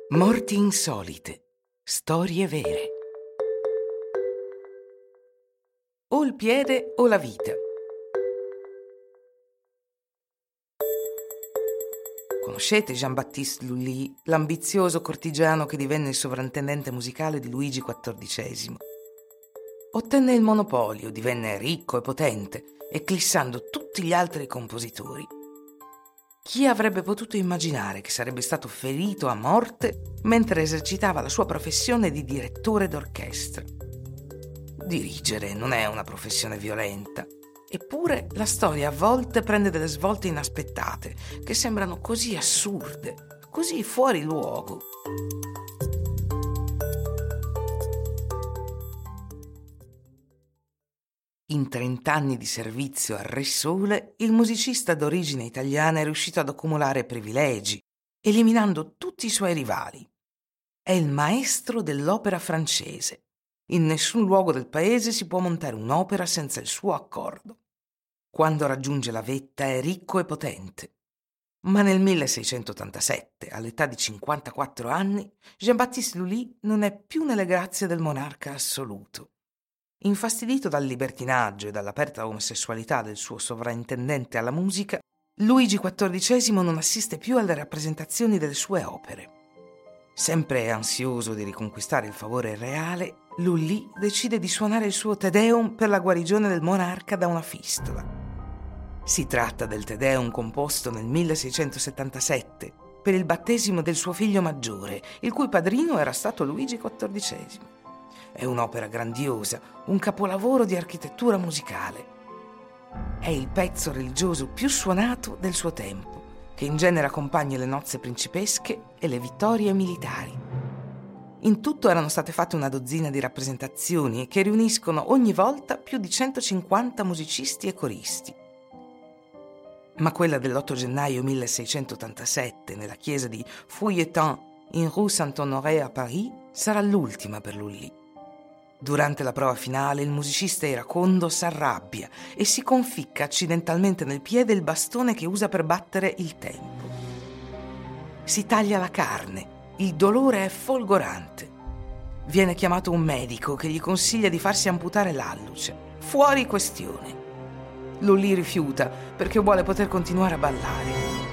Morti insolite, storie vere. O il piede o la vita. Conoscete Jean-Baptiste Lully, l'ambizioso cortigiano che divenne il sovrintendente musicale di Luigi XIV? Ottenne il monopolio, divenne ricco e potente, eclissando tutti gli altri compositori. Chi avrebbe potuto immaginare che sarebbe stato ferito a morte mentre esercitava la sua professione di direttore d'orchestra? Dirigere non è una professione violenta, eppure la storia a volte prende delle svolte inaspettate che sembrano così assurde, così fuori luogo. In 30 anni di servizio al Re Sole, il musicista d'origine italiana è riuscito ad accumulare privilegi, eliminando tutti i suoi rivali. È il maestro dell'opera francese. In nessun luogo del paese si può montare un'opera senza il suo accordo. Quando raggiunge la vetta è ricco e potente. Ma nel 1687, all'età di 54 anni, Jean-Baptiste Lully non è più nelle grazie del monarca assoluto. Infastidito dal libertinaggio e dall'aperta omosessualità del suo sovrintendente alla musica, Luigi XIV non assiste più alle rappresentazioni delle sue opere. Sempre ansioso di riconquistare il favore reale, Lully decide di suonare il suo Te Deum per la guarigione del monarca da una fistola. Si tratta del Te Deum composto nel 1677 per il battesimo del suo figlio maggiore, il cui padrino era stato Luigi XIV. È un'opera grandiosa, un capolavoro di architettura musicale. È il pezzo religioso più suonato del suo tempo, che in genere accompagna le nozze principesche e le vittorie militari. In tutto erano state fatte una dozzina di rappresentazioni che riuniscono ogni volta più di 150 musicisti e coristi. Ma quella dell'8 gennaio 1687 nella chiesa di Fouilleton in Rue Saint-Honoré a Paris sarà l'ultima per Lully. Durante la prova finale il musicista iracondo s'arrabbia e si conficca accidentalmente nel piede il bastone che usa per battere il tempo. Si taglia la carne, il dolore è folgorante. Viene chiamato un medico che gli consiglia di farsi amputare l'alluce. Fuori questione. Lully rifiuta perché vuole poter continuare a ballare.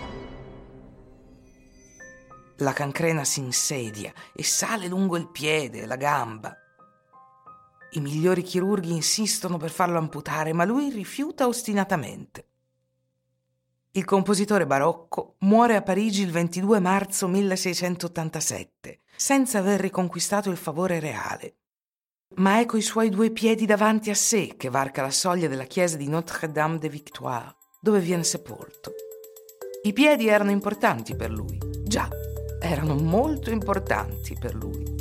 La cancrena si insedia e sale lungo il piede e la gamba. I migliori chirurghi insistono per farlo amputare, ma lui rifiuta ostinatamente. Il compositore barocco muore a Parigi il 22 marzo 1687, senza aver riconquistato il favore reale. Ma è coi suoi 2 piedi davanti a sé che varca la soglia della chiesa di Notre-Dame-des-Victoires, dove viene sepolto. I piedi erano importanti per lui. Già, erano molto importanti per lui.